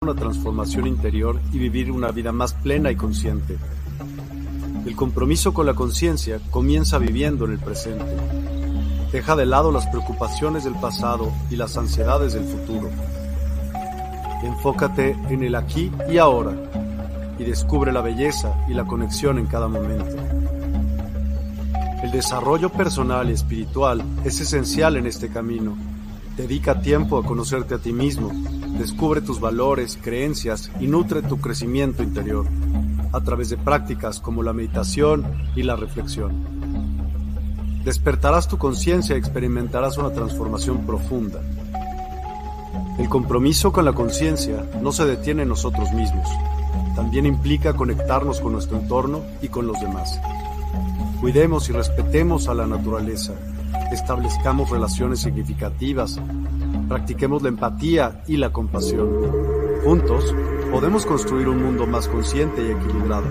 una transformación interior y vivir una vida más plena y consciente. El compromiso con la conciencia comienza viviendo en el presente. Deja de lado las preocupaciones del pasado y las ansiedades del futuro. Enfócate en el aquí y ahora y descubre la belleza y la conexión en cada momento. El desarrollo personal y espiritual es esencial en este camino. Dedica tiempo a conocerte a ti mismo, descubre tus valores, creencias y nutre tu crecimiento interior a través de prácticas como la meditación y la reflexión. Despertarás tu conciencia y experimentarás una transformación profunda. El compromiso con la conciencia no se detiene en nosotros mismos. También implica conectarnos con nuestro entorno y con los demás. Cuidemos y respetemos a la naturaleza. Establezcamos relaciones significativas. Practiquemos la empatía y la compasión. Juntos, podemos construir un mundo más consciente y equilibrado.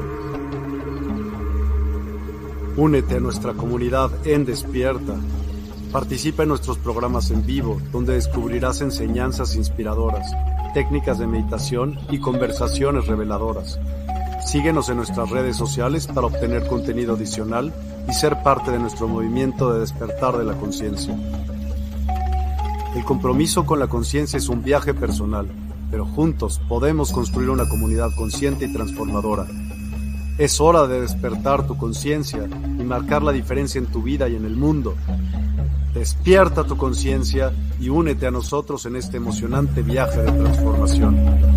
Únete a nuestra comunidad en Despierta. Participa en nuestros programas en vivo, donde descubrirás enseñanzas inspiradoras, técnicas de meditación y conversaciones reveladoras. Síguenos en nuestras redes sociales para obtener contenido adicional y ser parte de nuestro movimiento de despertar de la conciencia. El compromiso con la conciencia es un viaje personal, pero juntos podemos construir una comunidad consciente y transformadora. Es hora de despertar tu conciencia y marcar la diferencia en tu vida y en el mundo. Despierta tu conciencia y únete a nosotros en este emocionante viaje de transformación.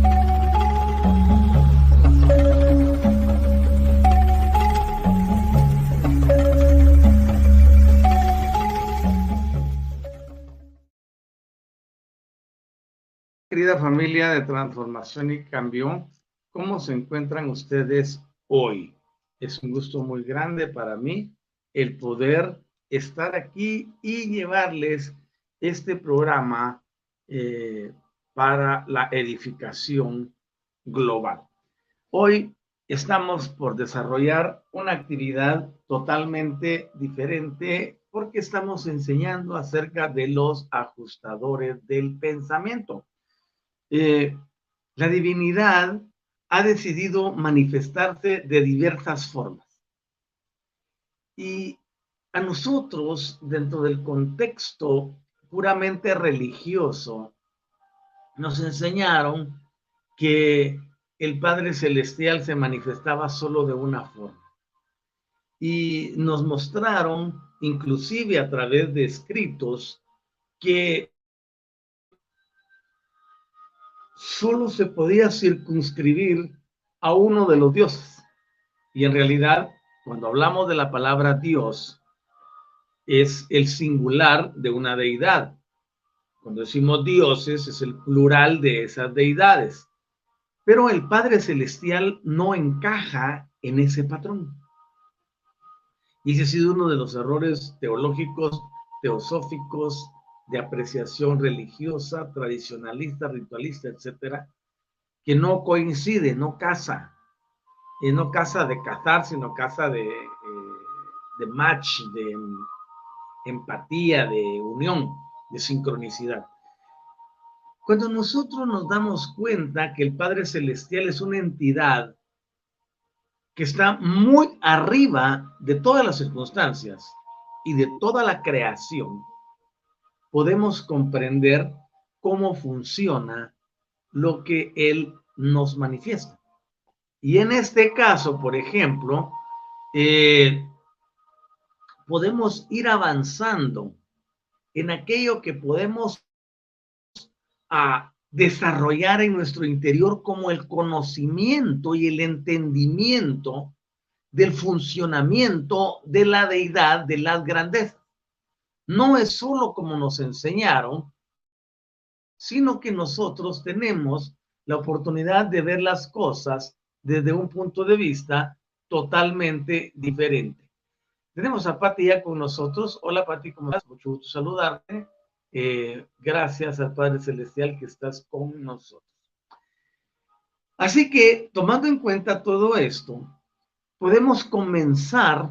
Querida familia de Transformación y Cambio, ¿cómo se encuentran ustedes hoy? Es un gusto muy grande para mí el poder estar aquí y llevarles este programa para la edificación global. Hoy estamos por desarrollar una actividad totalmente diferente porque estamos enseñando acerca de los ajustadores del pensamiento. La divinidad ha decidido manifestarse de diversas formas. Y a nosotros, dentro del contexto puramente religioso, nos enseñaron que el Padre Celestial se manifestaba solo de una forma. Y nos mostraron, inclusive a través de escritos, que solo se podía circunscribir a uno de los dioses. Y en realidad, cuando hablamos de la palabra Dios, es el singular de una deidad. Cuando decimos dioses, es el plural de esas deidades. Pero el Padre Celestial no encaja en ese patrón. Y ese ha sido uno de los errores teológicos, teosóficos, de apreciación religiosa, tradicionalista, ritualista, etcétera, que no coincide, no casa. Y no casa de cazar, sino casa de match, de empatía, de unión, de sincronicidad. Cuando nosotros nos damos cuenta que el Padre Celestial es una entidad que está muy arriba de todas las circunstancias y de toda la creación, podemos comprender cómo funciona lo que Él nos manifiesta. Y en este caso, por ejemplo, podemos ir avanzando en aquello que podemos desarrollar en nuestro interior como el conocimiento y el entendimiento del funcionamiento de la deidad, de las grandezas. No es solo como nos enseñaron, sino que nosotros tenemos la oportunidad de ver las cosas desde un punto de vista totalmente diferente. Tenemos a Pati ya con nosotros. Hola Pati, ¿cómo estás? Mucho gusto saludarte. Gracias al Padre Celestial que estás con nosotros. Así que, tomando en cuenta todo esto, podemos comenzar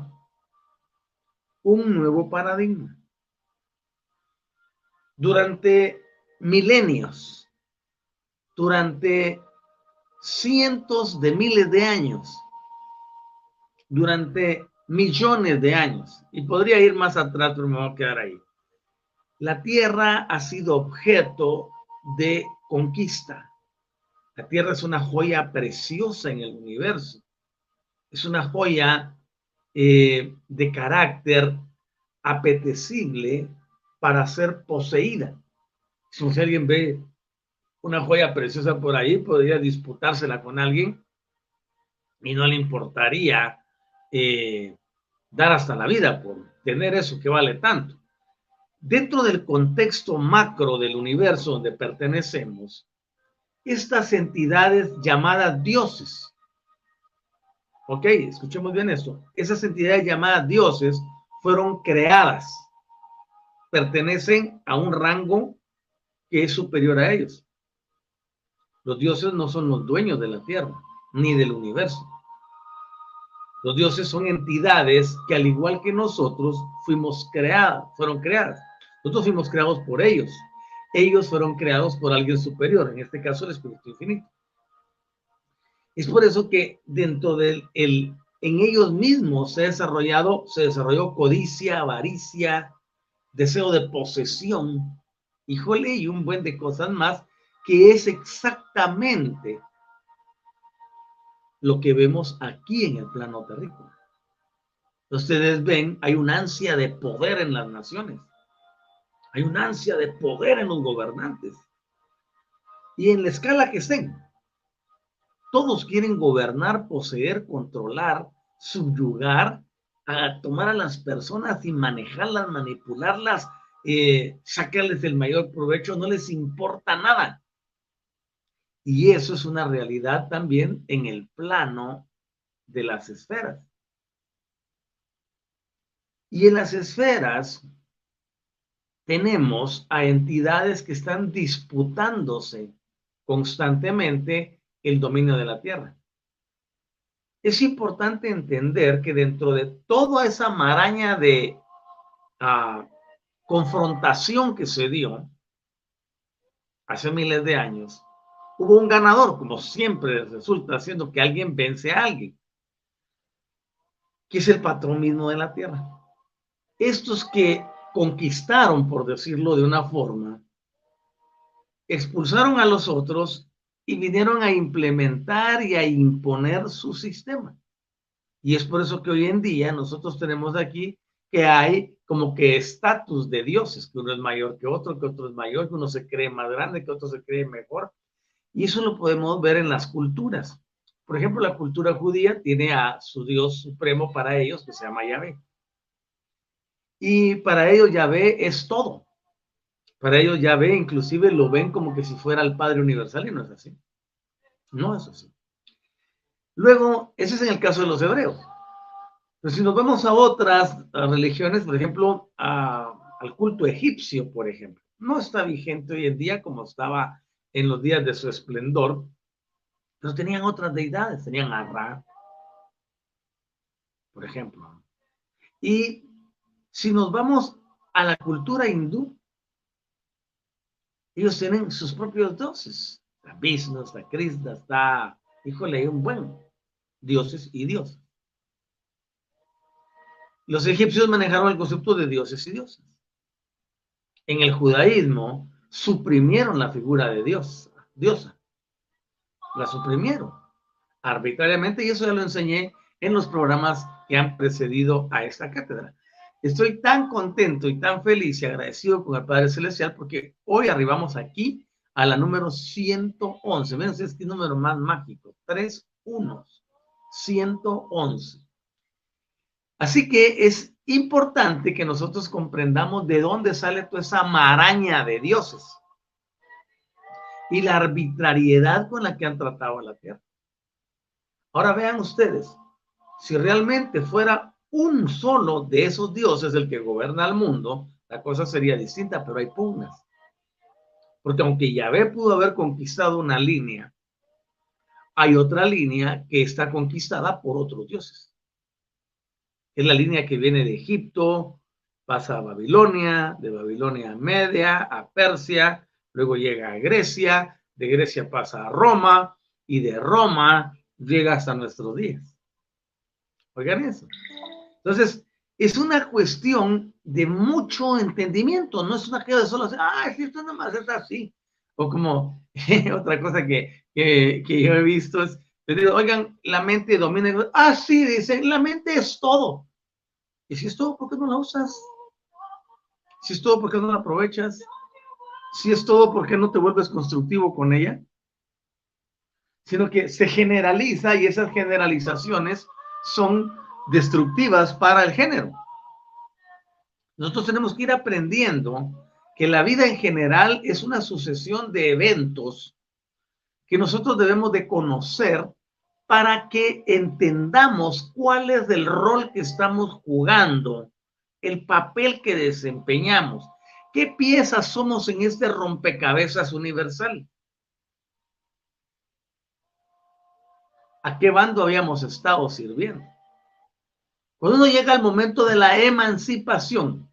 un nuevo paradigma. Durante milenios, durante cientos de miles de años, durante millones de años, y podría ir más atrás, pero me voy a quedar ahí. La Tierra ha sido objeto de conquista. La Tierra es una joya preciosa en el universo. Es una joya de carácter apetecible para ser poseída. Si alguien ve una joya preciosa por ahí, podría disputársela con alguien y no le importaría dar hasta la vida por tener eso que vale tanto. Dentro del contexto macro del universo donde pertenecemos, estas entidades llamadas dioses, ok, escuchemos bien esto, esas entidades llamadas dioses fueron creadas, pertenecen a un rango que es superior a ellos. Los dioses no son los dueños de la tierra, ni del universo. Los dioses son entidades que, al igual que nosotros, fueron creadas. Nosotros fuimos creados por ellos. Ellos fueron creados por alguien superior, en este caso el Espíritu Infinito. Es por eso que dentro en ellos mismos se desarrolló codicia, avaricia, deseo de posesión, híjole, y un buen de cosas más, que es exactamente lo que vemos aquí en el plano terrícola. Ustedes ven, hay una ansia de poder en las naciones, hay una ansia de poder en los gobernantes, y en la escala que estén, todos quieren gobernar, poseer, controlar, subyugar, a tomar a las personas y manejarlas, manipularlas, sacarles el mayor provecho, no les importa nada. Y eso es una realidad también en el plano de las esferas. Y en las esferas tenemos a entidades que están disputándose constantemente el dominio de la Tierra. Es importante entender que dentro de toda esa maraña de confrontación que se dio hace miles de años, hubo un ganador, como siempre resulta siendo que alguien vence a alguien, que es el patrón mismo de la Tierra. Estos que conquistaron, por decirlo de una forma, expulsaron a los otros y vinieron a implementar y a imponer su sistema. Y es por eso que hoy en día nosotros tenemos aquí que hay como que estatus de dioses, que uno es mayor que otro es mayor, que uno se cree más grande, que otro se cree mejor. Y eso lo podemos ver en las culturas. Por ejemplo, la cultura judía tiene a su Dios supremo para ellos, que se llama Yahvé. Y para ellos Yahvé es todo. Para ellos Yahvé inclusive lo ven como que si fuera el Padre Universal, y no es así. No es así. Luego, ese es en el caso de los hebreos. Pero si nos vamos a otras religiones, por ejemplo, al culto egipcio, por ejemplo, no está vigente hoy en día como estaba en los días de su esplendor, pero tenían otras deidades, tenían a Ra, por ejemplo. Y si nos vamos a la cultura hindú, ellos tienen sus propios dioses. Está Vishnu, está Krishna, está, híjole, hay un buen dioses y dioses. Los egipcios manejaron el concepto de dioses y diosas. En el judaísmo suprimieron la figura de diosa. La suprimieron arbitrariamente, y eso ya lo enseñé en los programas que han precedido a esta cátedra. Estoy tan contento y tan feliz y agradecido con el Padre Celestial porque hoy arribamos aquí a la número 111. Miren, este número más mágico, 3 unos, 111. Así que es importante que nosotros comprendamos de dónde sale toda esa maraña de dioses y la arbitrariedad con la que han tratado a la tierra. Ahora vean ustedes, si realmente fuera un solo de esos dioses el que gobierna el mundo, la cosa sería distinta, pero hay pugnas. Porque aunque Yahvé pudo haber conquistado una línea, hay otra línea que está conquistada por otros dioses. Es la línea que viene de Egipto, pasa a Babilonia, de Babilonia a Media, a Persia, luego llega a Grecia, de Grecia pasa a Roma y de Roma llega hasta nuestros días. Oigan eso. Entonces, es una cuestión de mucho entendimiento, no es una cosa de solo, si esto nomás es así. O como otra cosa que yo he visto es, les digo, oigan, la mente domina. Sí, dicen, la mente es todo. Y si es todo, ¿por qué no la usas? Si es todo, ¿por qué no la aprovechas? Si es todo, ¿por qué no te vuelves constructivo con ella? Sino que se generaliza y esas generalizaciones son destructivas para el género. Nosotros tenemos que ir aprendiendo que la vida en general es una sucesión de eventos que nosotros debemos de conocer para que entendamos cuál es el rol que estamos jugando, el papel que desempeñamos, qué piezas somos en este rompecabezas universal. ¿A qué bando habíamos estado sirviendo? Cuando uno llega al momento de la emancipación,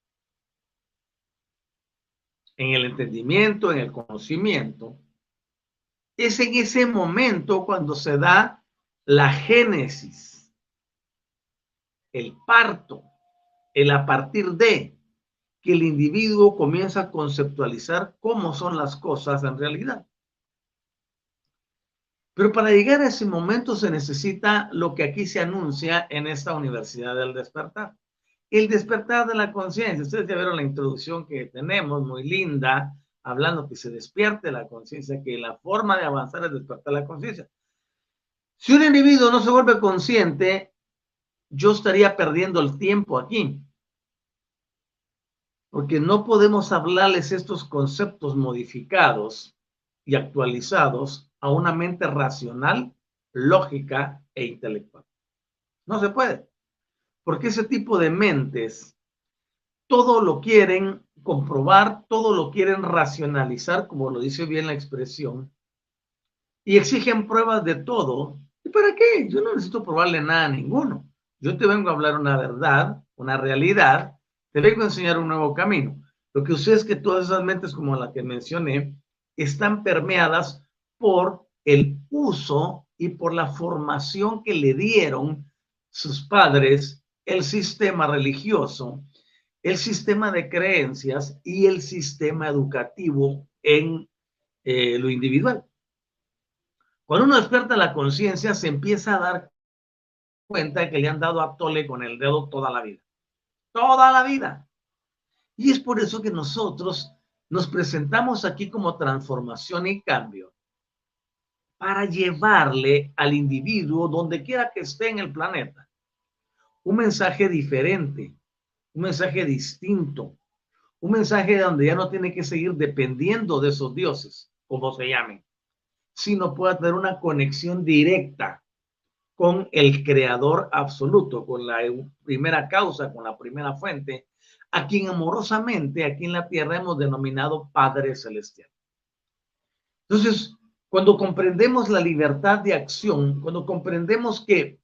en el entendimiento, en el conocimiento, es en ese momento cuando se da la génesis, el parto, el a partir de que el individuo comienza a conceptualizar cómo son las cosas en realidad. Pero para llegar a ese momento se necesita lo que aquí se anuncia en esta Universidad del Despertar. El despertar de la conciencia. Ustedes ya vieron la introducción que tenemos, muy linda, hablando que se despierte la conciencia, que la forma de avanzar es despertar la conciencia. Si un individuo no se vuelve consciente, yo estaría perdiendo el tiempo aquí. Porque no podemos hablarles estos conceptos modificados y actualizados a una mente racional, lógica e intelectual. No se puede. Porque ese tipo de mentes todo lo quieren comprobar, todo lo quieren racionalizar, como lo dice bien la expresión, y exigen pruebas de todo. ¿Y para qué? Yo no necesito probarle nada a ninguno. Yo te vengo a hablar una verdad, una realidad, te vengo a enseñar un nuevo camino. Lo que sucede es que todas esas mentes, como la que mencioné, están permeadas por el uso y por la formación que le dieron sus padres, el sistema religioso, el sistema de creencias y el sistema educativo en lo individual. Cuando uno despierta la conciencia, se empieza a dar cuenta de que le han dado a tole con el dedo toda la vida. Toda la vida. Y es por eso que nosotros nos presentamos aquí como transformación y cambio para llevarle al individuo, donde quiera que esté en el planeta, un mensaje diferente, un mensaje distinto, un mensaje donde ya no tiene que seguir dependiendo de esos dioses, como se llamen, sino pueda tener una conexión directa con el creador absoluto, con la primera causa, con la primera fuente, a quien amorosamente aquí en la tierra hemos denominado Padre Celestial. Entonces, cuando comprendemos la libertad de acción, cuando comprendemos que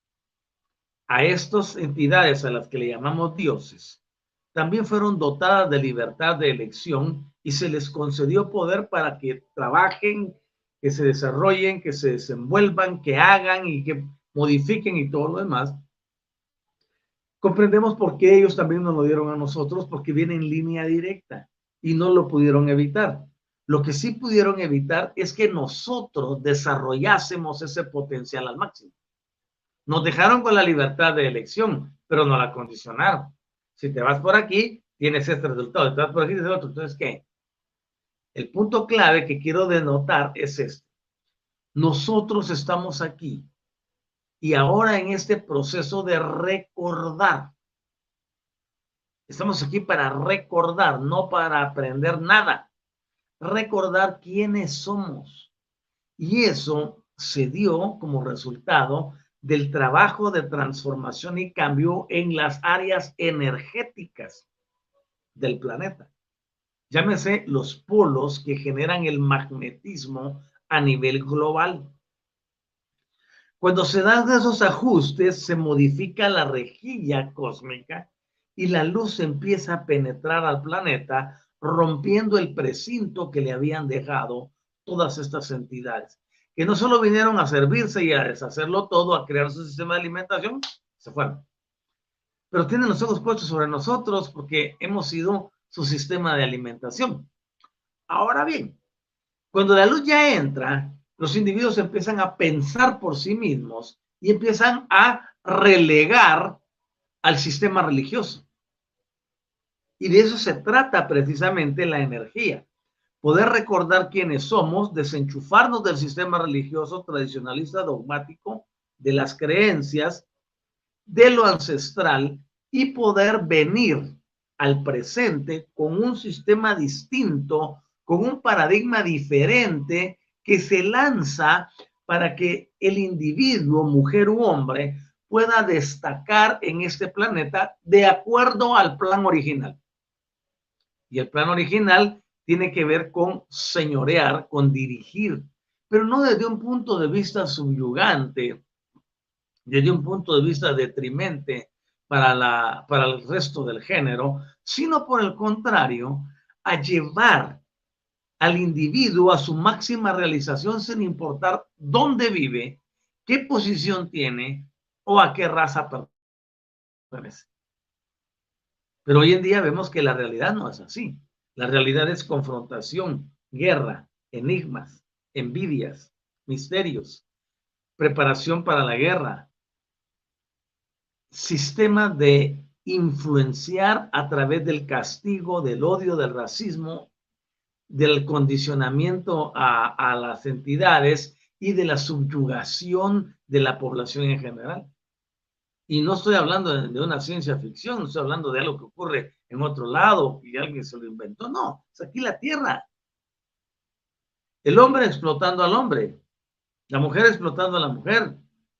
a estas entidades a las que le llamamos dioses, también fueron dotadas de libertad de elección y se les concedió poder para que trabajen, que se desarrollen, que se desenvuelvan, que hagan y que modifiquen y todo lo demás. Comprendemos por qué ellos también nos lo dieron a nosotros, porque viene en línea directa y no lo pudieron evitar. Lo que sí pudieron evitar es que nosotros desarrollásemos ese potencial al máximo. Nos dejaron con la libertad de elección, pero no la condicionaron. Si te vas por aquí, tienes este resultado. Si te vas por aquí, tienes otro. Entonces, ¿qué? El punto clave que quiero denotar es esto. Nosotros estamos aquí y ahora en este proceso de recordar. Estamos aquí para recordar, no para aprender nada. Recordar quiénes somos. Y eso se dio como resultado del trabajo de transformación y cambio en las áreas energéticas del planeta. Llámese los polos que generan el magnetismo a nivel global. Cuando se dan esos ajustes, se modifica la rejilla cósmica y la luz empieza a penetrar al planeta, rompiendo el precinto que le habían dejado todas estas entidades, que no solo vinieron a servirse y a deshacerlo todo, a crear su sistema de alimentación, se fueron. Pero tienen los ojos puestos sobre nosotros porque hemos sido su sistema de alimentación. Ahora bien, cuando la luz ya entra, los individuos empiezan a pensar por sí mismos y empiezan a relegar al sistema religioso. Y de eso se trata precisamente la energía. Poder recordar quiénes somos, desenchufarnos del sistema religioso tradicionalista dogmático, de las creencias, de lo ancestral y poder venir al presente con un sistema distinto, con un paradigma diferente que se lanza para que el individuo, mujer u hombre, pueda destacar en este planeta de acuerdo al plan original. Y el plan original tiene que ver con señorear, con dirigir, pero no desde un punto de vista subyugante, desde un punto de vista detrimente para el resto del género, sino por el contrario, a llevar al individuo a su máxima realización sin importar dónde vive, qué posición tiene o a qué raza pertenece. Pero hoy en día vemos que la realidad no es así. La realidad es confrontación, guerra, enigmas, envidias, misterios, preparación para la guerra, sistema de influenciar a través del castigo, del odio, del racismo, del condicionamiento a las entidades y de la subyugación de la población en general. Y no estoy hablando de una ciencia ficción, no estoy hablando de algo que ocurre en otro lado y alguien se lo inventó, no, es aquí la Tierra. El hombre explotando al hombre, la mujer explotando a la mujer.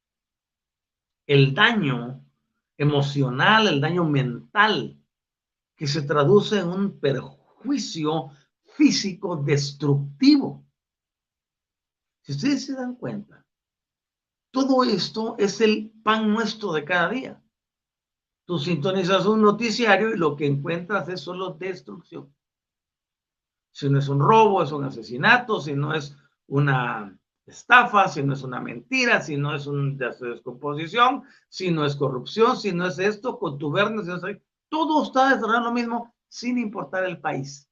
El daño emocional, el daño mental, que se traduce en un perjuicio físico destructivo. Si ustedes se dan cuenta, todo esto es el pan nuestro de cada día. Tú sintonizas un noticiario y lo que encuentras es solo destrucción. Si no es un robo, es un asesinato, si no es una estafa, si no es una mentira, si no es una descomposición, si no es corrupción, si no es esto, contubernio, si no es... todo está desarrollando lo mismo sin importar el país.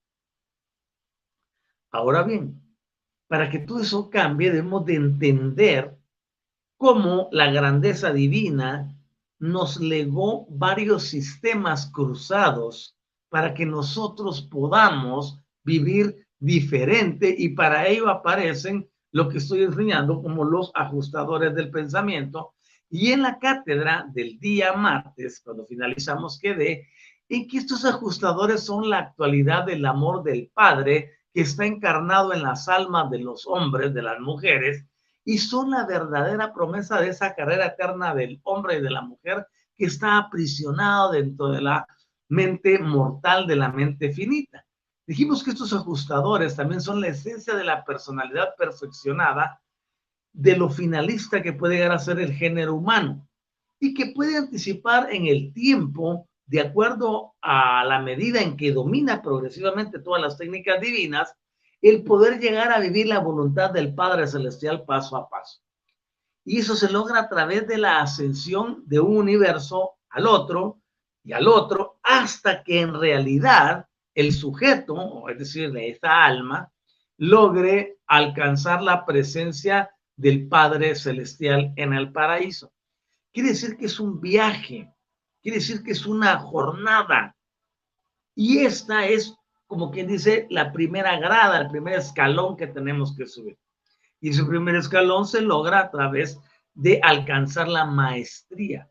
Ahora bien, para que todo eso cambie, debemos de entender cómo la grandeza divina nos legó varios sistemas cruzados para que nosotros podamos vivir diferente, y para ello aparecen lo que estoy enseñando como los ajustadores del pensamiento. Y en la cátedra del día martes, cuando finalizamos, quedé en que estos ajustadores son la actualidad del amor del Padre que está encarnado en las almas de los hombres, de las mujeres, y son la verdadera promesa de esa carrera eterna del hombre y de la mujer que está aprisionado dentro de la mente mortal, de la mente finita. Dijimos que estos ajustadores también son la esencia de la personalidad perfeccionada, de lo finalista que puede llegar a ser el género humano y que puede anticipar en el tiempo, de acuerdo a la medida en que domina progresivamente todas las técnicas divinas, el poder llegar a vivir la voluntad del Padre Celestial paso a paso. Y eso se logra a través de la ascensión de un universo al otro y al otro, hasta que en realidad el sujeto, es decir, de esa alma, logre alcanzar la presencia del Padre Celestial en el paraíso. Quiere decir que es un viaje, quiere decir que es una jornada. Y esta es, como quien dice, la primera grada, el primer escalón que tenemos que subir. Y ese primer escalón se logra a través de alcanzar la maestría.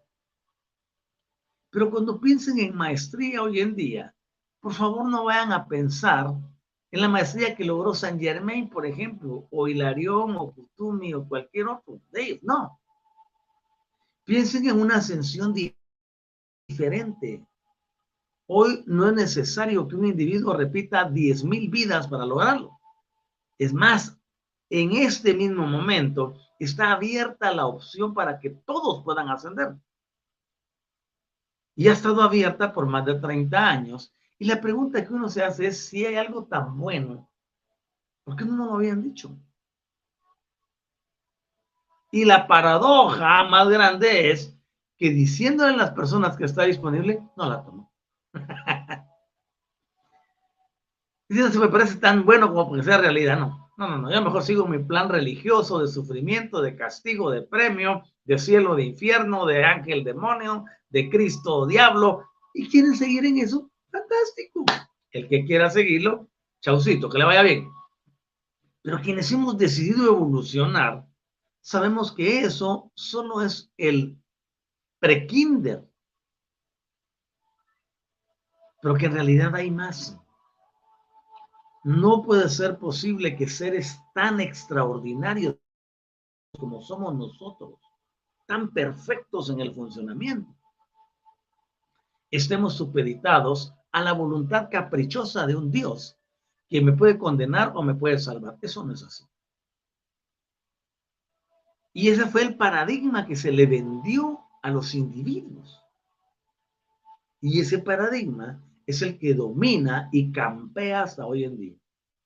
Pero cuando piensen en maestría hoy en día, por favor no vayan a pensar en la maestría que logró Saint Germain, por ejemplo, o Hilarión, o Kutumi, o cualquier otro de ellos. No. Piensen en una ascensión diferente. Hoy no es necesario que un individuo repita 10,000 vidas para lograrlo. Es más, en este mismo momento está abierta la opción para que todos puedan ascender. Y ha estado abierta por más de 30 años. Y la pregunta que uno se hace es si hay algo tan bueno, ¿Por qué no nos lo habían dicho? Y la paradoja más grande es que diciéndole a las personas que está disponible, no la tomó. Diciendo, si me parece tan bueno como que sea realidad, no. No, yo mejor sigo mi plan religioso de sufrimiento, de castigo, de premio, de cielo, de infierno, de ángel, demonio, de Cristo, diablo. ¿Y quieren seguir en eso? Fantástico. El que quiera seguirlo, chaucito, que le vaya bien. Pero quienes hemos decidido evolucionar, sabemos que eso solo es el pre-kinder, pero que en realidad hay más. No puede ser posible que seres tan extraordinarios como somos nosotros, tan perfectos en el funcionamiento, estemos supeditados a la voluntad caprichosa de un Dios que me puede condenar o me puede salvar. Eso no es así. Y ese fue el paradigma que se le vendió a los individuos. Y ese paradigma es el que domina y campea hasta hoy en día.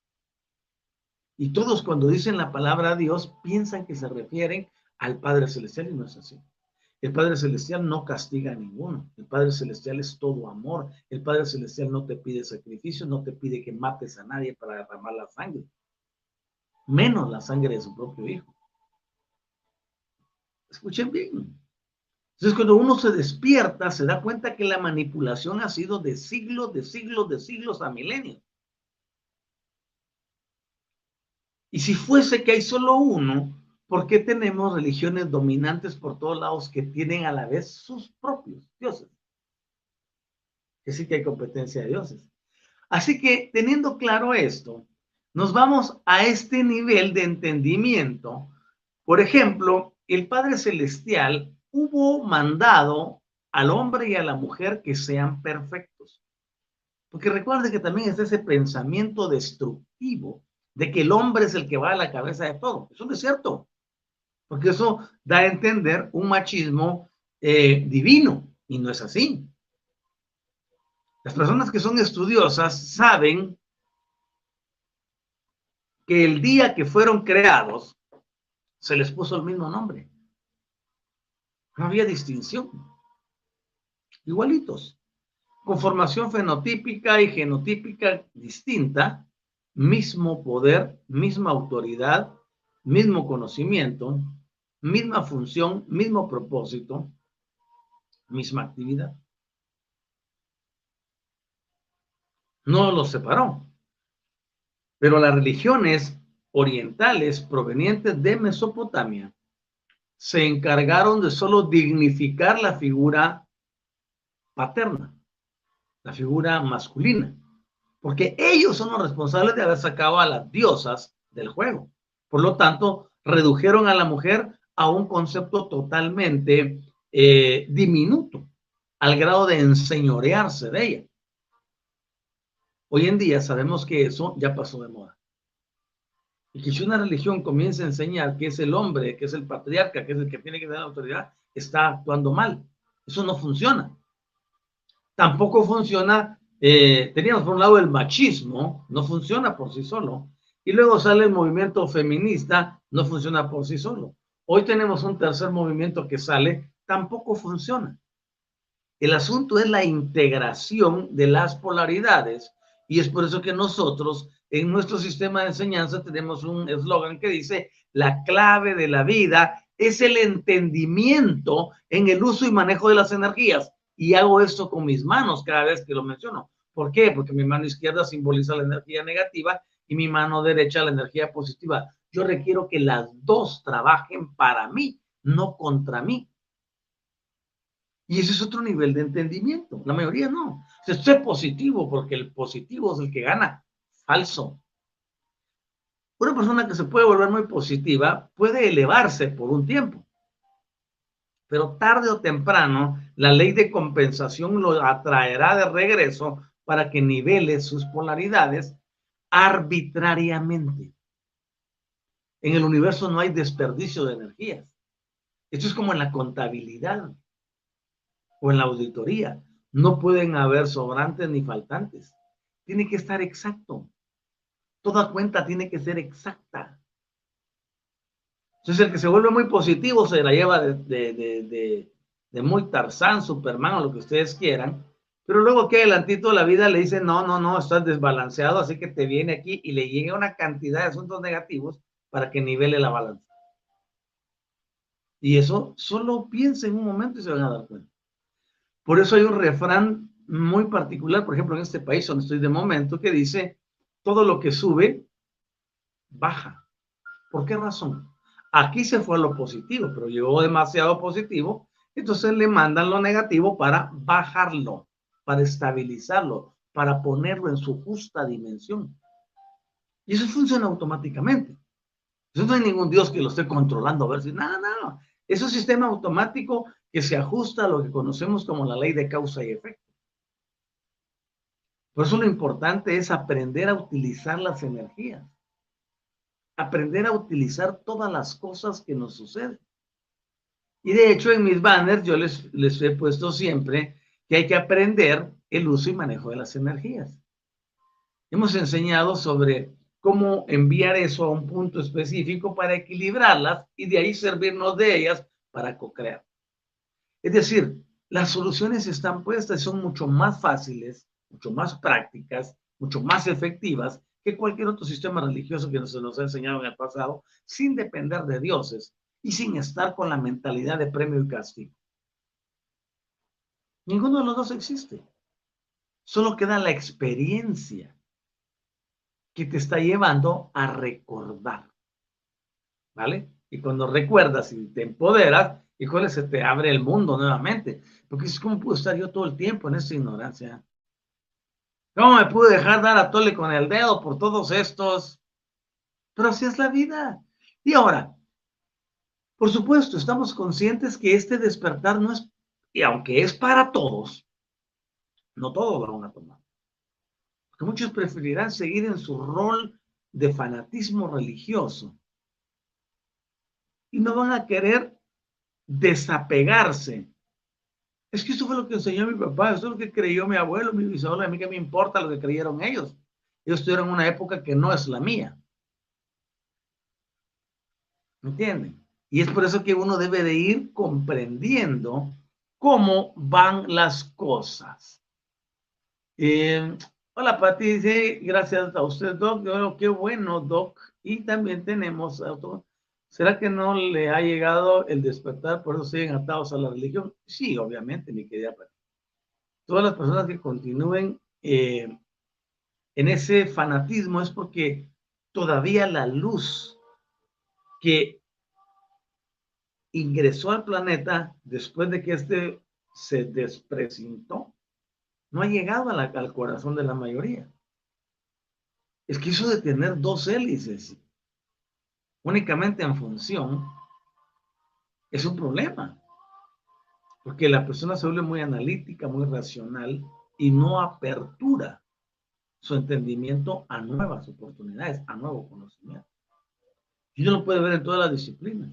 Y todos cuando dicen la palabra Dios piensan que se refieren al Padre Celestial y no es así. El Padre Celestial no castiga a ninguno. El Padre Celestial es todo amor. El Padre Celestial no te pide sacrificio, no te pide que mates a nadie para derramar la sangre, menos la sangre de su propio hijo. Escuchen bien. Entonces, cuando uno se despierta, se da cuenta que la manipulación ha sido de siglos, de siglos, de siglos a milenios. Y si fuese que hay solo uno, ¿por qué tenemos religiones dominantes por todos lados que tienen a la vez sus propios dioses? Que sí que hay competencia de dioses. Así que, teniendo claro esto, nos vamos a este nivel de entendimiento. Por ejemplo, el Padre Celestial hubo mandado al hombre y a la mujer que sean perfectos. Porque recuerde que también es ese pensamiento destructivo de que el hombre es el que va a la cabeza de todo. Eso no es cierto, porque eso da a entender un machismo divino, y no es así. Las personas que son estudiosas saben que el día que fueron creados se les puso el mismo nombre. No había distinción. Igualitos. Conformación fenotípica y genotípica distinta, mismo poder, misma autoridad, mismo conocimiento, misma función, mismo propósito, misma actividad. No los separó. Pero las religiones orientales provenientes de Mesopotamia se encargaron de solo dignificar la figura paterna, la figura masculina, porque ellos son los responsables de haber sacado a las diosas del juego. Por lo tanto, redujeron a la mujer a un concepto totalmente diminuto, al grado de enseñorearse de ella. Hoy en día sabemos que eso ya pasó de moda. Y que si una religión comienza a enseñar que es el hombre, que es el patriarca, que es el que tiene que tener la autoridad, está actuando mal. Eso no funciona. Tampoco funciona, teníamos por un lado el machismo, no funciona por sí solo. Y luego sale el movimiento feminista, no funciona por sí solo. Hoy tenemos un tercer movimiento que sale, tampoco funciona. El asunto es la integración de las polaridades y es por eso que nosotros en nuestro sistema de enseñanza tenemos un eslogan que dice: la clave de la vida es el entendimiento en el uso y manejo de las energías. Y hago esto con mis manos cada vez que lo menciono. ¿Por qué? Porque mi mano izquierda simboliza la energía negativa y mi mano derecha la energía positiva. Yo requiero que las dos trabajen para mí, no contra mí. Y ese es otro nivel de entendimiento. La mayoría no. O sea, sé positivo porque el positivo es el que gana. Falso. Una persona que se puede volver muy positiva puede elevarse por un tiempo. Pero tarde o temprano, la ley de compensación lo atraerá de regreso para que nivele sus polaridades arbitrariamente. En el universo no hay desperdicio de energías. Esto es como en la contabilidad o en la auditoría. No pueden haber sobrantes ni faltantes. Tiene que estar exacto. Toda cuenta tiene que ser exacta. Entonces el que se vuelve muy positivo se la lleva de muy Tarzán, Superman o lo que ustedes quieran, pero luego que adelantito la vida le dice, no, estás desbalanceado, así que te viene aquí y le llega una cantidad de asuntos negativos para que nivele la balanza. Y eso solo piensa en un momento y se van a dar cuenta. Por eso hay un refrán muy particular, por ejemplo, en este país donde estoy de momento, que dice, todo lo que sube, baja. ¿Por qué razón? Aquí se fue a lo positivo, pero llegó demasiado positivo, entonces le mandan lo negativo para bajarlo, para estabilizarlo, para ponerlo en su justa dimensión. Y eso funciona automáticamente. Eso no hay ningún Dios que lo esté controlando a ver si, no. Es un sistema automático que se ajusta a lo que conocemos como la ley de causa y efecto. Por eso lo importante es aprender a utilizar las energías. Aprender a utilizar todas las cosas que nos suceden. Y de hecho en mis banners yo les he puesto siempre que hay que aprender el uso y manejo de las energías. Hemos enseñado sobre cómo enviar eso a un punto específico para equilibrarlas y de ahí servirnos de ellas para co-crear. Es decir, las soluciones están puestas y son mucho más fáciles, mucho más prácticas, mucho más efectivas que cualquier otro sistema religioso que se nos ha enseñado en el pasado, sin depender de dioses y sin estar con la mentalidad de premio y castigo. Ninguno de los dos existe. Solo queda la experiencia que te está llevando a recordar. ¿Vale? Y cuando recuerdas y te empoderas, híjole, se te abre el mundo nuevamente. Porque es como puedo estar yo todo el tiempo en esa ignorancia. ¿Cómo me pude dejar dar a tole con el dedo por todos estos? Pero así es la vida. Y ahora, por supuesto, estamos conscientes que este despertar no es, y aunque es para todos, no todos lo van a tomar. Porque muchos preferirán seguir en su rol de fanatismo religioso y no van a querer desapegarse. Es que esto fue lo que enseñó mi papá, esto es lo que creyó mi abuelo, mi bisabuelo, a mí que me importa lo que creyeron ellos. Ellos estuvieron en una época que no es la mía. ¿Me entienden? Y es por eso que uno debe de ir comprendiendo cómo van las cosas. Hola, Pati, dice, gracias a usted, Doc. Bueno, qué bueno, Doc. Y también tenemos otro. ¿Será que no le ha llegado el despertar, por eso siguen atados a la religión? Sí, obviamente, mi querida Pati. Todas las personas que continúen en ese fanatismo es porque todavía la luz que ingresó al planeta después de que este se desprecintó no ha llegado al corazón de la mayoría. Es que eso de tener dos hélices únicamente en función es un problema, porque la persona se vuelve muy analítica, muy racional y no apertura su entendimiento a nuevas oportunidades, a nuevo conocimiento. Y uno lo puede ver en todas las disciplinas.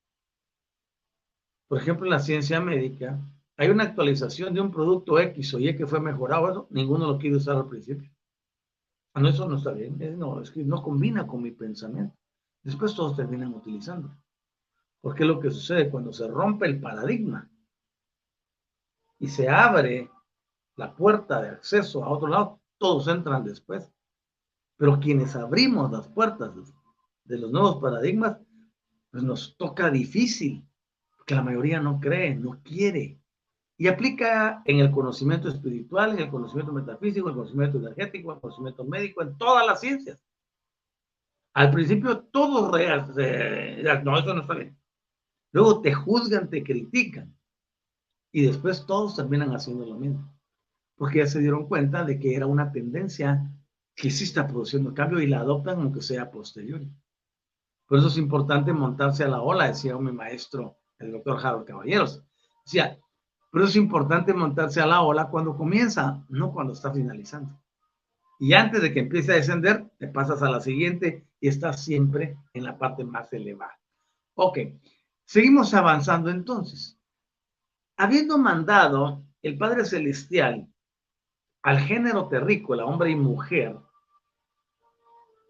Por ejemplo, en la ciencia médica, hay una actualización de un producto X o Y que fue mejorado, eso, ninguno lo quiere usar al principio. No, eso no está bien, no, es que no combina con mi pensamiento. Después todos terminan utilizando. Porque es lo que sucede cuando se rompe el paradigma y se abre la puerta de acceso a otro lado, todos entran después. Pero quienes abrimos las puertas de los nuevos paradigmas, pues nos toca difícil, porque la mayoría no cree, no quiere. Y aplica en el conocimiento espiritual, en el conocimiento metafísico, en el conocimiento energético, en el conocimiento médico, en todas las ciencias. Al principio todos no, eso no está bien. Luego te juzgan, te critican. Y después todos terminan haciendo lo mismo. Porque ya se dieron cuenta de que era una tendencia que sí está produciendo cambio y la adoptan aunque sea posterior. Por eso es importante montarse a la ola, decía mi maestro, el doctor Harold Caballeros. Decía, pero es importante montarse a la ola cuando comienza, no cuando está finalizando. Y antes de que empiece a descender, te pasas a la siguiente y estás siempre en la parte más elevada. Ok, seguimos avanzando entonces. Habiendo mandado el Padre Celestial al género terrícola, hombre y mujer,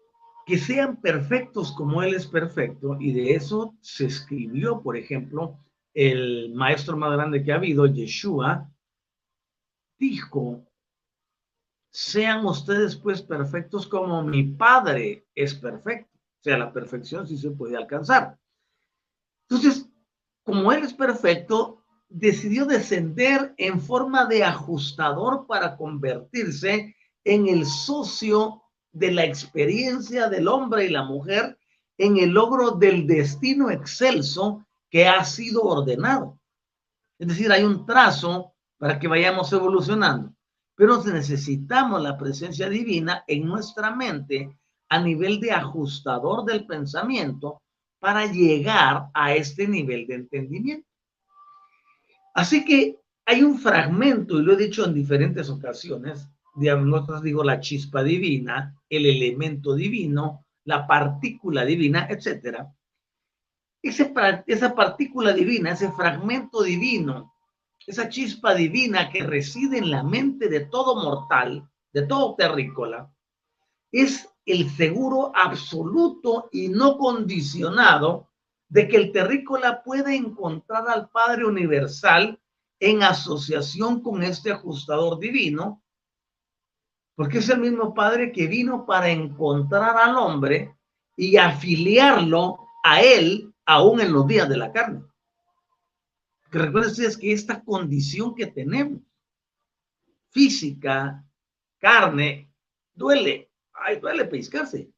que sean perfectos como Él es perfecto, y de eso se escribió, por ejemplo, el maestro más grande que ha habido, Yeshua, dijo, sean ustedes pues perfectos como mi Padre es perfecto. O sea, la perfección sí se puede alcanzar. Entonces, como Él es perfecto, decidió descender en forma de ajustador para convertirse en el socio de la experiencia del hombre y la mujer en el logro del destino excelso que ha sido ordenado. Es decir, hay un trazo para que vayamos evolucionando, pero necesitamos la presencia divina en nuestra mente a nivel de ajustador del pensamiento para llegar a este nivel de entendimiento. Así que hay un fragmento, y lo he dicho en diferentes ocasiones, nosotros digo la chispa divina, el elemento divino, la partícula divina, etcétera. Esa partícula divina, ese fragmento divino, esa chispa divina que reside en la mente de todo mortal, de todo terrícola, es el seguro absoluto y no condicionado de que el terrícola puede encontrar al Padre Universal en asociación con este ajustador divino, porque es el mismo Padre que vino para encontrar al hombre y afiliarlo a él aún en los días de la carne. Que recuerden ustedes que esta condición que tenemos, física, carne, duele, ay, duele pellizcarse.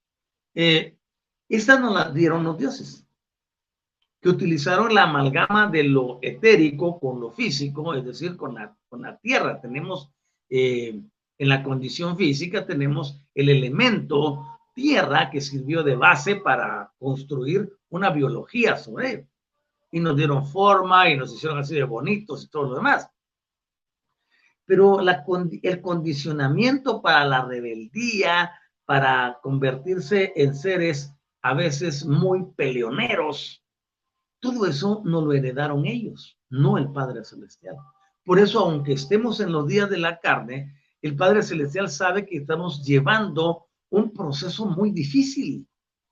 Esta nos la dieron los dioses, que utilizaron la amalgama de lo etérico con lo físico, es decir, con la tierra. Tenemos, en la condición física, tenemos el elemento tierra que sirvió de base para construir una biología sobre él. Y nos dieron forma y nos hicieron así de bonitos y todo lo demás. Pero el condicionamiento para la rebeldía, para convertirse en seres a veces muy peleoneros, todo eso no lo heredaron ellos, no el Padre Celestial. Por eso, aunque estemos en los días de la carne, el Padre Celestial sabe que estamos llevando un proceso muy difícil.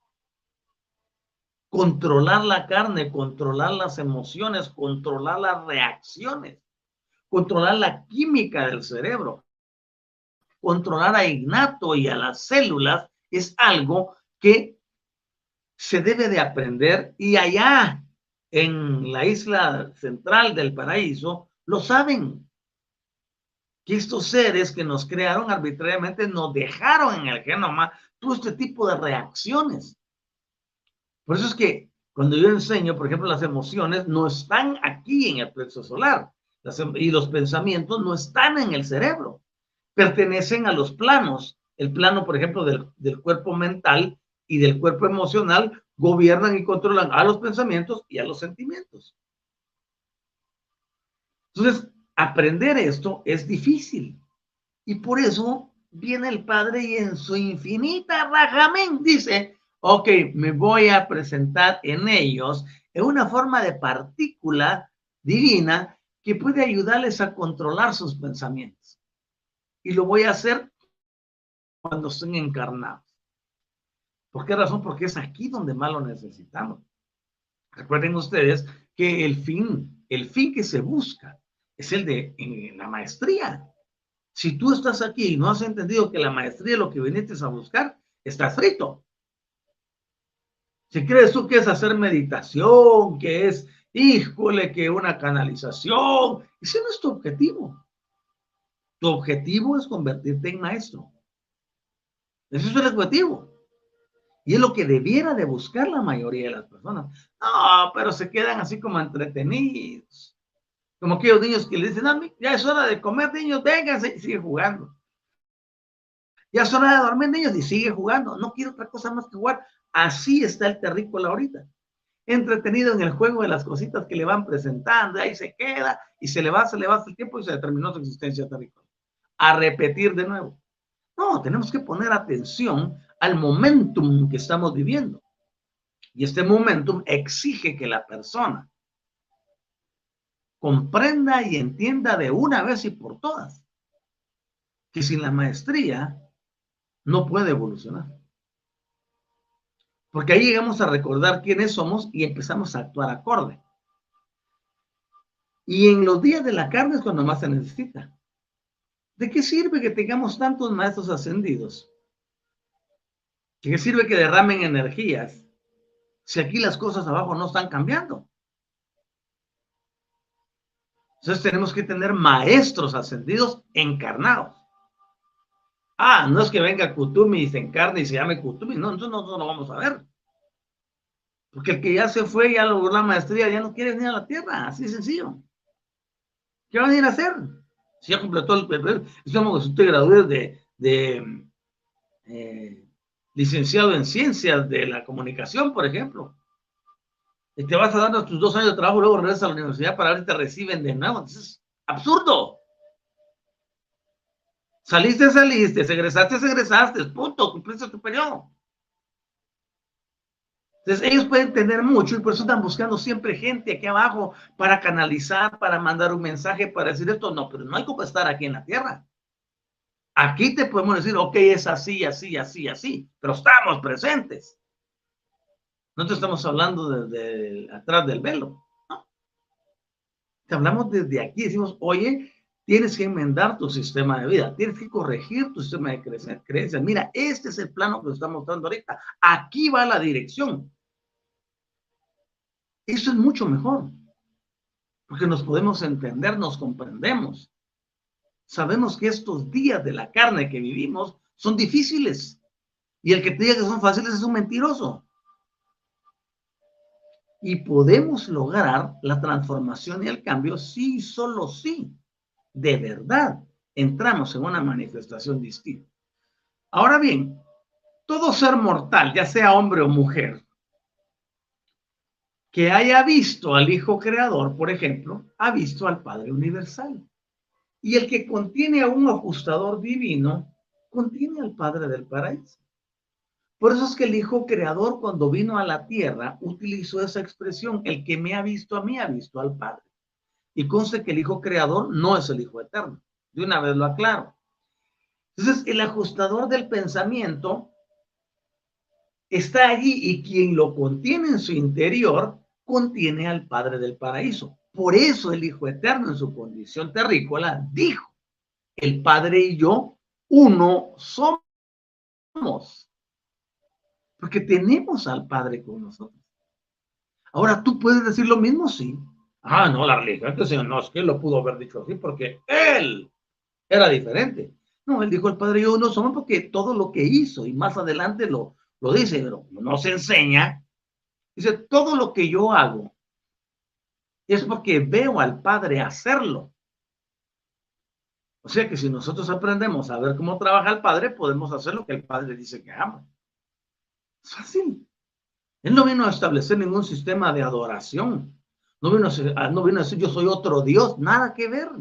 Controlar la carne, controlar las emociones, controlar las reacciones, controlar la química del cerebro, controlar a Ignato y a las células es algo que se debe de aprender, y allá en la isla central del paraíso lo saben, que estos seres que nos crearon arbitrariamente nos dejaron en el genoma todo este tipo de reacciones. Por eso es que cuando yo enseño, por ejemplo, las emociones no están aquí en el plexo solar, y los pensamientos no están en el cerebro, pertenecen a los planos. El plano, por ejemplo, del cuerpo mental y del cuerpo emocional gobiernan y controlan a los pensamientos y a los sentimientos. Entonces, aprender esto es difícil. Y por eso viene el Padre y en su infinita rajamén dice, ok, me voy a presentar en ellos en una forma de partícula divina que puede ayudarles a controlar sus pensamientos. Y lo voy a hacer cuando estén encarnados. ¿Por qué razón? Porque es aquí donde más lo necesitamos. Recuerden ustedes que el fin que se busca es el de la maestría. Si tú estás aquí y no has entendido que la maestría es lo que viniste a buscar, estás frito. Si crees tú que es hacer meditación, que es, híjole, que una canalización, ese no es tu objetivo. Tu objetivo es convertirte en maestro. Ese es el objetivo. Y es lo que debiera de buscar la mayoría de las personas. No, pero se quedan así como entretenidos. Como aquellos niños que le dicen, no, ya es hora de comer, niños, vénganse, y sigue jugando. Ya es hora de dormir, niños, y sigue jugando. No quiero otra cosa más que jugar. Así está el terrícola ahorita. Entretenido en el juego de las cositas que le van presentando, ahí se queda, y se le va el tiempo y se terminó su existencia terrícola. A repetir de nuevo. No, tenemos que poner atención al momentum que estamos viviendo. Y este momentum exige que la persona comprenda y entienda de una vez y por todas que sin la maestría no puede evolucionar. Porque ahí llegamos a recordar quiénes somos y empezamos a actuar acorde. Y en los días de la carne es cuando más se necesita. ¿De qué sirve que tengamos tantos maestros ascendidos? ¿De qué sirve que derramen energías si aquí las cosas abajo no están cambiando? Entonces tenemos que tener maestros ascendidos encarnados. Ah, no es que venga Kutumi y se encarne y se llame Kutumi. No, entonces no lo vamos a ver. Porque el que ya se fue, ya logró la maestría, ya no quiere venir a la tierra. Así sencillo. ¿Qué van a ir a hacer? Si ya completó es como que usted gradúe de licenciado en ciencias de la comunicación, por ejemplo. Y te vas a dar tus 2 años de trabajo, luego regresas a la universidad para ver si te reciben de nuevo. Entonces, es absurdo. Saliste, egresaste, punto, cumpliste tu periodo. Entonces, ellos pueden tener mucho y por eso están buscando siempre gente aquí abajo para canalizar, para mandar un mensaje, para decir esto. No, pero no hay como estar aquí en la tierra. Aquí te podemos decir, ok, es así, así, así, así, pero estamos presentes. No te estamos hablando desde atrás del velo. No. Te hablamos desde aquí, decimos, oye, tienes que enmendar tu sistema de vida, tienes que corregir tu sistema de creencias. Mira, este es el plano que nos está mostrando ahorita. Aquí va la dirección. Eso es mucho mejor, porque nos podemos entender, nos comprendemos. Sabemos que estos días de la carne que vivimos son difíciles. Y el que te diga que son fáciles es un mentiroso. Y podemos lograr la transformación y el cambio sí, solo sí, de verdad, entramos en una manifestación distinta. Ahora bien, todo ser mortal, ya sea hombre o mujer, que haya visto al Hijo Creador, por ejemplo, ha visto al Padre Universal. Y el que contiene a un ajustador divino, contiene al Padre del Paraíso. Por eso es que el Hijo Creador, cuando vino a la tierra, utilizó esa expresión: el que me ha visto a mí, ha visto al Padre. Y conste que el Hijo Creador no es el Hijo Eterno. De una vez lo aclaro. Entonces, el ajustador del pensamiento está allí y quien lo contiene en su interior, contiene al Padre del Paraíso. Por eso el Hijo Eterno, en su condición terrícola, dijo: el Padre y yo, uno somos. Porque tenemos al Padre con nosotros. Ahora, ¿tú puedes decir lo mismo? Sí. Ah, no, la religión, señor, no, es que él lo pudo haber dicho así porque él era diferente. No, él dijo: el Padre y yo no somos, porque todo lo que hizo, y más adelante lo dice, pero no se enseña. Dice: todo lo que yo hago es porque veo al Padre hacerlo. O sea que si nosotros aprendemos a ver cómo trabaja el Padre, podemos hacer lo que el Padre dice que hagamos. Es fácil. Él no vino a establecer ningún sistema de adoración. No vino a decir yo soy otro Dios. Nada que ver.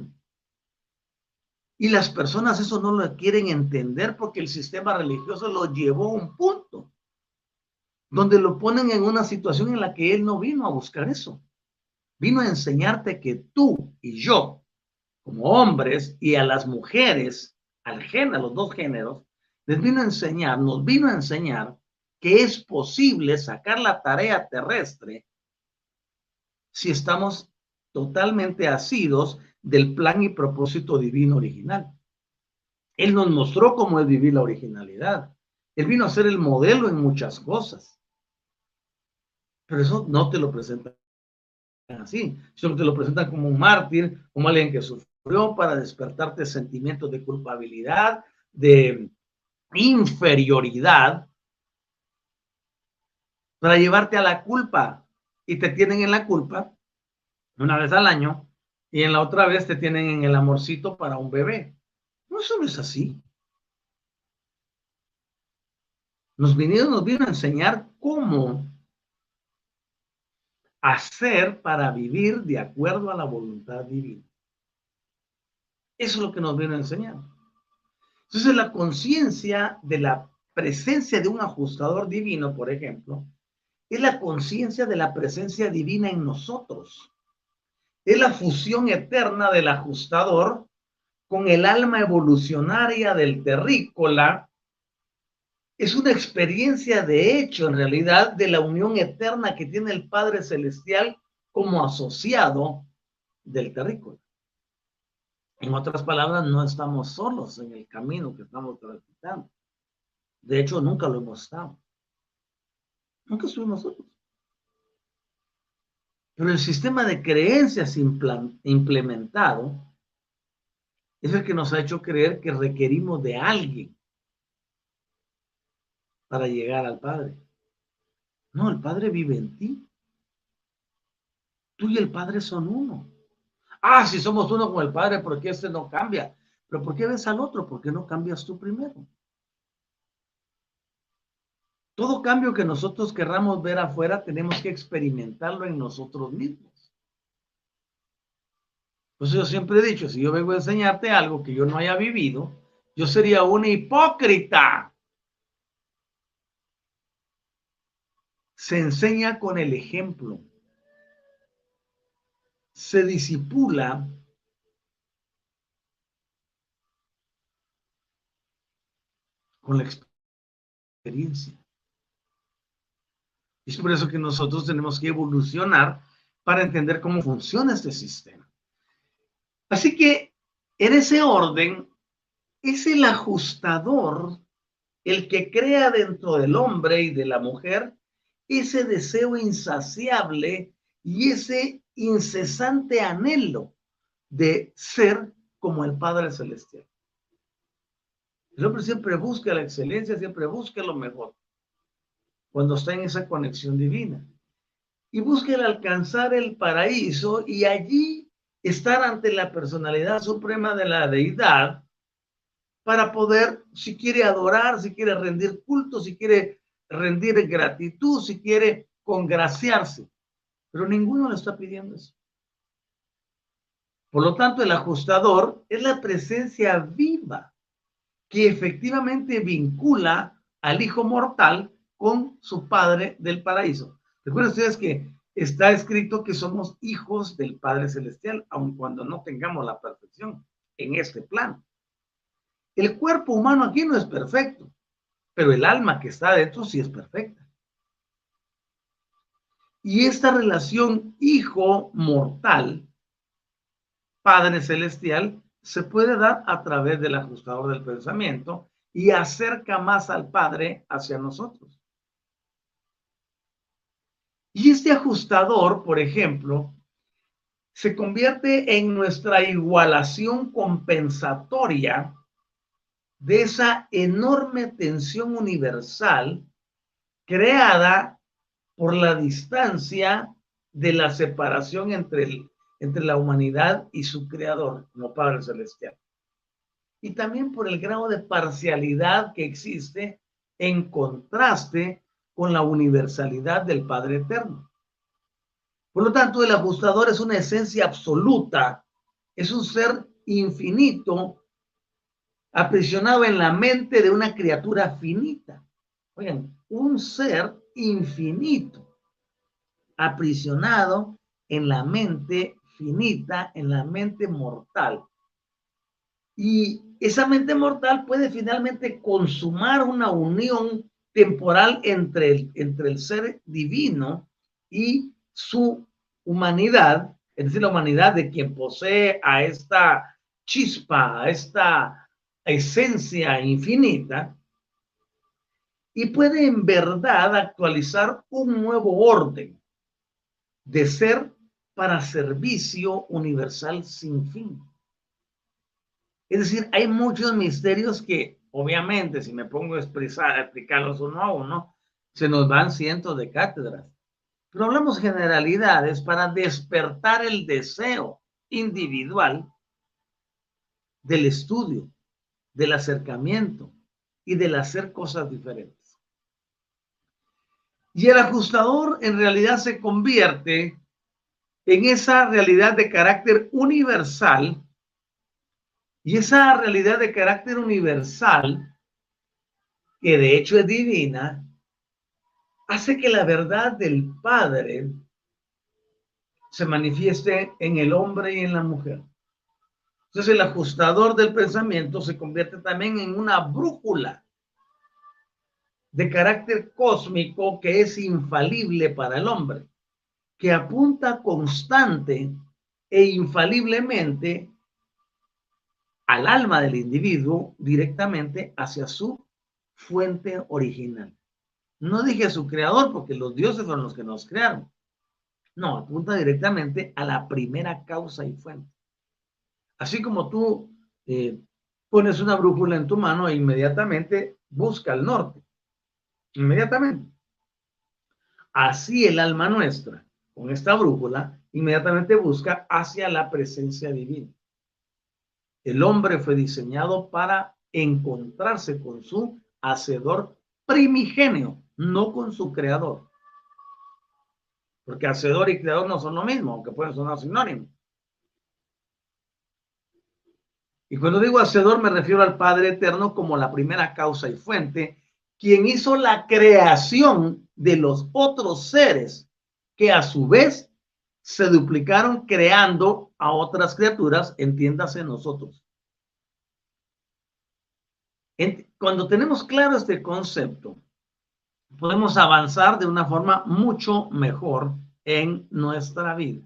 Y las personas eso no lo quieren entender porque el sistema religioso lo llevó a un punto donde lo ponen en una situación en la que él no vino a buscar eso. Vino a enseñarte que tú y yo, como hombres, y a las mujeres, al género, a los dos géneros, nos vino a enseñar que es posible sacar la tarea terrestre si estamos totalmente asidos del plan y propósito divino original. Él nos mostró cómo es vivir la originalidad. Él vino a ser el modelo en muchas cosas. Pero eso no te lo presentan así, sino te lo presentan como un mártir, como alguien que sufrió, para despertarte sentimientos de culpabilidad, de inferioridad, para llevarte a la culpa. Y te tienen en la culpa una vez al año y en la otra vez te tienen en el amorcito para un bebé. No, eso no es así. Nos vino a enseñar cómo hacer para vivir de acuerdo a la voluntad divina. Eso es lo que nos viene a enseñar. Entonces, la conciencia de la presencia de un ajustador divino, por ejemplo, es la conciencia de la presencia divina en nosotros. Es la fusión eterna del ajustador con el alma evolucionaria del terrícola, es una experiencia de hecho, en realidad, de la unión eterna que tiene el Padre Celestial como asociado del terrícola. En otras palabras, no estamos solos en el camino que estamos transitando. De hecho, nunca lo hemos estado. Nunca estuvimos solos. Pero el sistema de creencias implementado es el que nos ha hecho creer que requerimos de alguien para llegar al Padre. No, el Padre vive en ti. Tú y el Padre son uno. Ah, si somos uno con el Padre, ¿por qué este no cambia? Pero ¿por qué ves al otro? ¿Por qué no cambias tú primero? Todo cambio que nosotros querramos ver afuera, tenemos que experimentarlo en nosotros mismos. Pues yo siempre he dicho, si yo vengo a enseñarte algo que yo no haya vivido, yo sería una hipócrita. Se enseña con el ejemplo. Se disipula con la experiencia. Y es por eso que nosotros tenemos que evolucionar para entender cómo funciona este sistema. Así que en ese orden es el ajustador el que crea dentro del hombre y de la mujer ese deseo insaciable y ese incesante anhelo de ser como el Padre Celestial. El hombre siempre busca la excelencia, siempre busca lo mejor, cuando está en esa conexión divina. Y busca el alcanzar el paraíso y allí estar ante la personalidad suprema de la deidad para poder, si quiere adorar, si quiere rendir culto, si quiere rendir gratitud, si quiere congraciarse. Pero ninguno le está pidiendo eso. Por lo tanto, el ajustador es la presencia viva que efectivamente vincula al hijo mortal con su Padre del paraíso. Recuerden ustedes que está escrito que somos hijos del Padre Celestial, aun cuando no tengamos la perfección en este plano. El cuerpo humano aquí no es perfecto, pero el alma que está dentro sí es perfecta. Y esta relación hijo mortal, Padre Celestial, se puede dar a través del ajustador del pensamiento y acerca más al Padre hacia nosotros. Y este ajustador, por ejemplo, se convierte en nuestra igualación compensatoria de esa enorme tensión universal creada por la distancia de la separación entre la humanidad y su creador, como Padre Celestial. Y también por el grado de parcialidad que existe en contraste con la universalidad del Padre Eterno. Por lo tanto, el ajustador es una esencia absoluta, es un ser infinito, aprisionado en la mente de una criatura finita. Oigan, un ser infinito, aprisionado en la mente finita, en la mente mortal. Y esa mente mortal puede finalmente consumar una unión temporal entre el ser divino y su humanidad, es decir, la humanidad de quien posee a esta chispa, a esta esencia infinita, y puede en verdad actualizar un nuevo orden de ser para servicio universal sin fin. Es decir, hay muchos misterios que, obviamente, si me pongo a explicarlos uno a uno, se nos van cientos de cátedras. Pero hablamos generalidades para despertar el deseo individual del estudio, del acercamiento y del hacer cosas diferentes. Y el ajustador en realidad se convierte en esa realidad de carácter universal. Y esa realidad de carácter universal, que de hecho es divina, hace que la verdad del Padre se manifieste en el hombre y en la mujer. Entonces el ajustador del pensamiento se convierte también en una brújula de carácter cósmico que es infalible para el hombre, que apunta constante e infaliblemente al alma del individuo directamente hacia su fuente original. No dije su creador porque los dioses son los que nos crearon. No, apunta directamente a la primera causa y fuente. Así como tú pones una brújula en tu mano e inmediatamente busca el norte. Inmediatamente. Así el alma nuestra, con esta brújula, inmediatamente busca hacia la presencia divina. El hombre fue diseñado para encontrarse con su hacedor primigenio, no con su creador. Porque hacedor y creador no son lo mismo, aunque pueden sonar sinónimos. Y cuando digo hacedor me refiero al Padre Eterno como la primera causa y fuente, quien hizo la creación de los otros seres que a su vez se duplicaron creando a otras criaturas, entiéndase nosotros. Cuando tenemos claro este concepto, podemos avanzar de una forma mucho mejor en nuestra vida.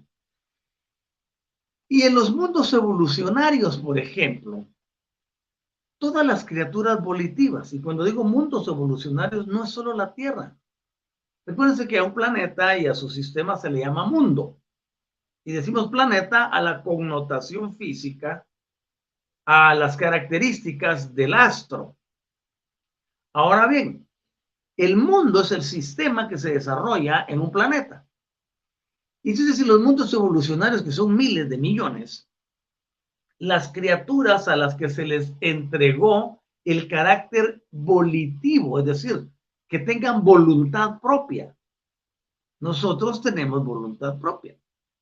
Y en los mundos evolucionarios, por ejemplo, todas las criaturas volitivas, y cuando digo mundos evolucionarios, no es solo la Tierra. Recuérdense que a un planeta y a su sistema se le llama mundo. Y decimos planeta a la connotación física, a las características del astro. Ahora bien, el mundo es el sistema que se desarrolla en un planeta. Y entonces, si los mundos evolucionarios, que son miles de millones, las criaturas a las que se les entregó el carácter volitivo, es decir, que tengan voluntad propia. Nosotros tenemos voluntad propia.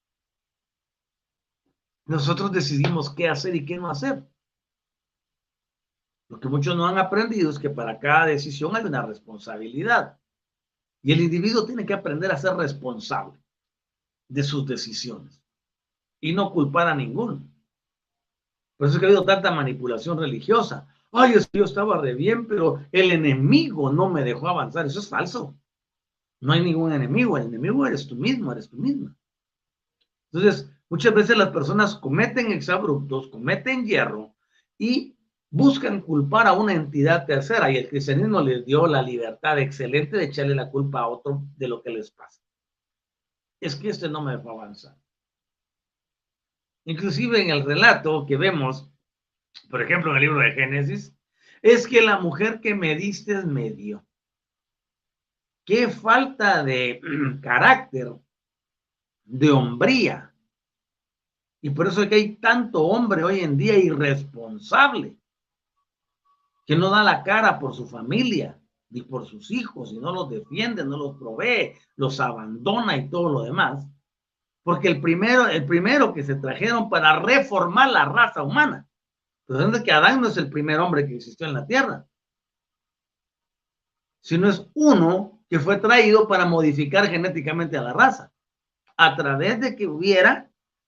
Nosotros decidimos qué hacer y qué no hacer. Lo que muchos no han aprendido es que para cada decisión hay una responsabilidad. Y el individuo tiene que aprender a ser responsable de sus decisiones y no culpar a ninguno. Por eso es que ha habido tanta manipulación religiosa. Ay, es que yo estaba re bien, pero el enemigo no me dejó avanzar. Eso es falso. No hay ningún enemigo. El enemigo eres tú mismo, eres tú misma. Entonces, muchas veces las personas cometen exabruptos, cometen hierro y buscan culpar a una entidad tercera. Y el cristianismo les dio la libertad excelente de echarle la culpa a otro de lo que les pasa. Es que este no me dejó avanzar. Inclusive en el relato que vemos, por ejemplo, en el libro de Génesis, es que la mujer que me diste me dio. Qué falta de carácter, de hombría. Y por eso es que hay tanto hombre hoy en día irresponsable, que no da la cara por su familia, ni por sus hijos, y no los defiende, no los provee, los abandona y todo lo demás. Porque el primero que se trajeron para reformar la raza humana. Pues es que Adán no es el primer hombre que existió en la tierra, sino es uno que fue traído para modificar genéticamente a la raza, a través de que hubiera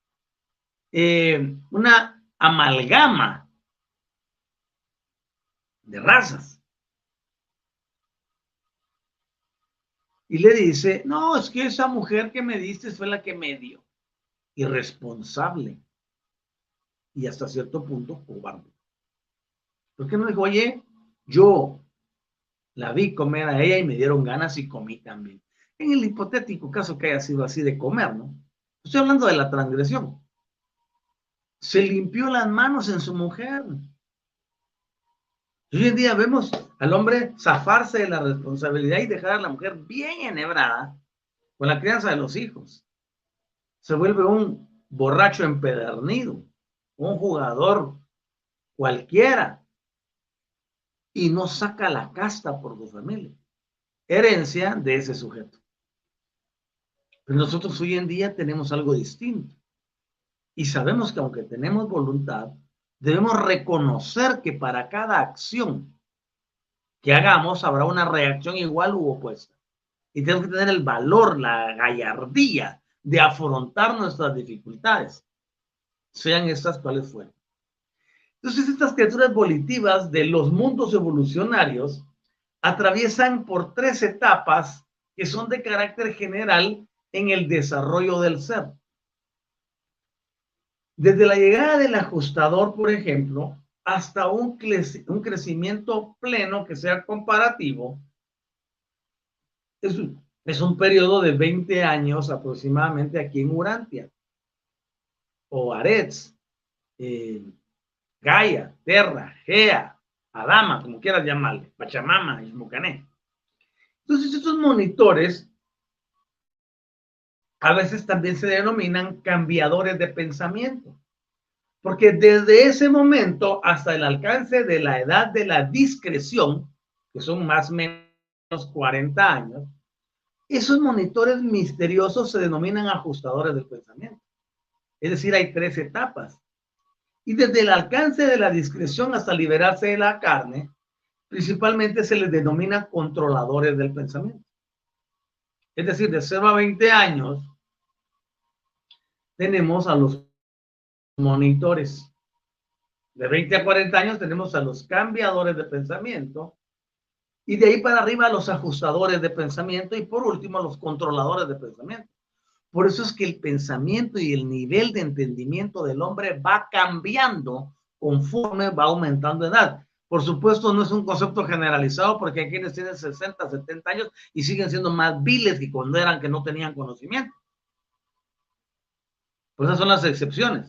una amalgama de razas. Y le dice, no, es que esa mujer que me diste fue la que me dio. Irresponsable. Y hasta cierto punto cobarde. ¿Por qué no dijo, oye, yo la vi comer a ella y me dieron ganas y comí también? En el hipotético caso que haya sido así de comer, ¿no? Estoy hablando de la transgresión. Se limpió las manos en su mujer. Hoy en día vemos al hombre zafarse de la responsabilidad y dejar a la mujer bien enhebrada con la crianza de los hijos. Se vuelve un borracho empedernido, un jugador cualquiera, y no saca la casta por su familia. Herencia de ese sujeto. Pero nosotros hoy en día tenemos algo distinto. Y sabemos que aunque tenemos voluntad, debemos reconocer que para cada acción que hagamos habrá una reacción igual u opuesta. Y tenemos que tener el valor, la gallardía de afrontar nuestras dificultades, sean estas cuales fueran. Entonces, estas criaturas volitivas de los mundos evolucionarios atraviesan por 3 etapas que son de carácter general en el desarrollo del ser. Desde la llegada del ajustador, por ejemplo, hasta un crecimiento pleno que sea comparativo, es un periodo de 20 años aproximadamente aquí en Urantia, o Aretz, Gaia, Terra, Gea, Adama, como quieras llamarle, Pachamama, Ismocané. Entonces, estos monitores a veces también se denominan cambiadores de pensamiento, porque desde ese momento hasta el alcance de la edad de la discreción, que son más o menos 40 años, esos monitores misteriosos se denominan ajustadores del pensamiento. Es decir, hay 3 etapas. Y desde el alcance de la discreción hasta liberarse de la carne, principalmente se les denomina controladores del pensamiento. Es decir, de 0 a 20 años, tenemos a los monitores. De 20 a 40 años tenemos a los cambiadores de pensamiento. Y de ahí para arriba a los ajustadores de pensamiento. Y por último a los controladores de pensamiento. Por eso es que el pensamiento y el nivel de entendimiento del hombre va cambiando conforme va aumentando edad. Por supuesto, no es un concepto generalizado porque hay quienes tienen 60, 70 años y siguen siendo más viles que cuando eran que no tenían conocimiento. Pues esas son las excepciones.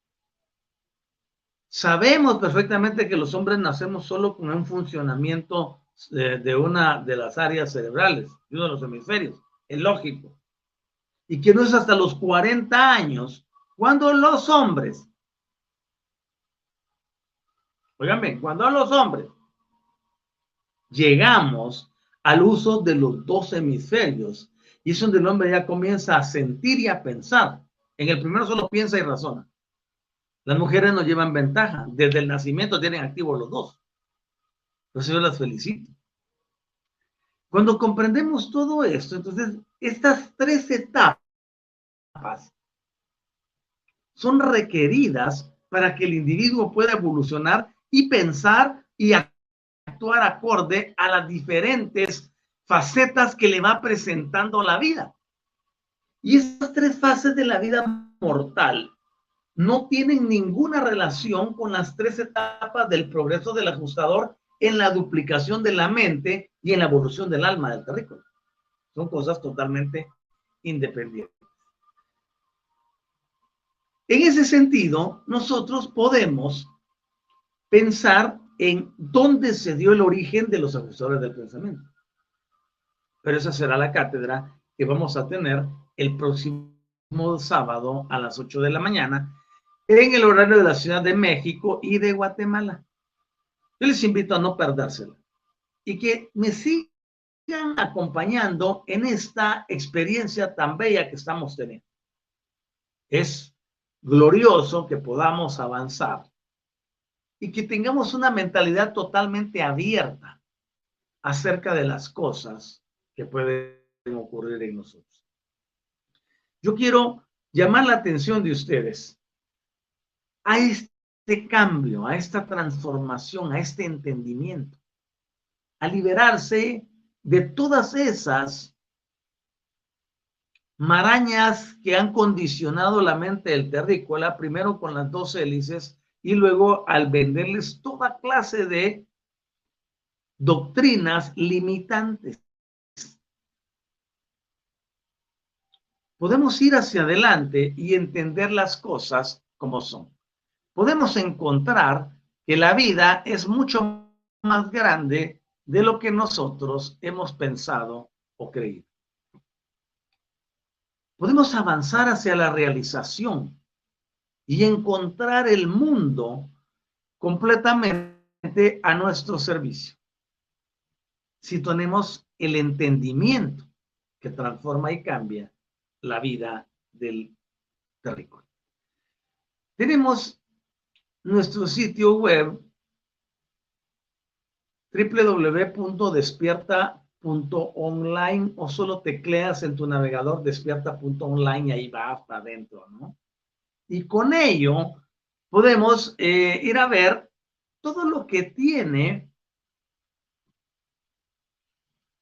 Sabemos perfectamente que los hombres nacemos solo con un funcionamiento de una de las áreas cerebrales, de uno de los hemisferios. Es lógico. Y que no es hasta los 40 años cuando los hombres, oiganme, cuando los hombres llegamos al uso de los 2 hemisferios, y es donde el hombre ya comienza a sentir y a pensar. En el primero solo piensa y razona. Las mujeres nos llevan ventaja. Desde el nacimiento tienen activos los 2. Por eso yo las felicito. Cuando comprendemos todo esto, entonces, estas 3 etapas son requeridas para que el individuo pueda evolucionar y pensar y actuar acorde a las diferentes facetas que le va presentando la vida. Y esas 3 fases de la vida mortal no tienen ninguna relación con las 3 etapas del progreso del ajustador en la duplicación de la mente y en la evolución del alma del terrícola. Son cosas totalmente independientes. En ese sentido, nosotros podemos pensar en dónde se dio el origen de los ajustadores del pensamiento. Pero esa será la cátedra que vamos a tener el próximo sábado a las 8 de la mañana en el horario de la Ciudad de México y de Guatemala. Yo les invito a no perdérsela y que me sigan acompañando en esta experiencia tan bella que estamos teniendo. Es glorioso que podamos avanzar y que tengamos una mentalidad totalmente abierta acerca de las cosas que pueden ocurrir en nosotros. Yo quiero llamar la atención de ustedes a este cambio, a esta transformación, a este entendimiento, a liberarse de todas esas marañas que han condicionado la mente del terrícola, primero con las 12 hélices y luego al venderles toda clase de doctrinas limitantes. Podemos ir hacia adelante y entender las cosas como son. Podemos encontrar que la vida es mucho más grande de lo que nosotros hemos pensado o creído. Podemos avanzar hacia la realización y encontrar el mundo completamente a nuestro servicio. Si tenemos el entendimiento que transforma y cambia la vida del terrícola. Tenemos nuestro sitio web www.despierta.online o solo tecleas en tu navegador despierta.online y ahí va hasta adentro, ¿no? Y con ello podemos ir a ver todo lo que tiene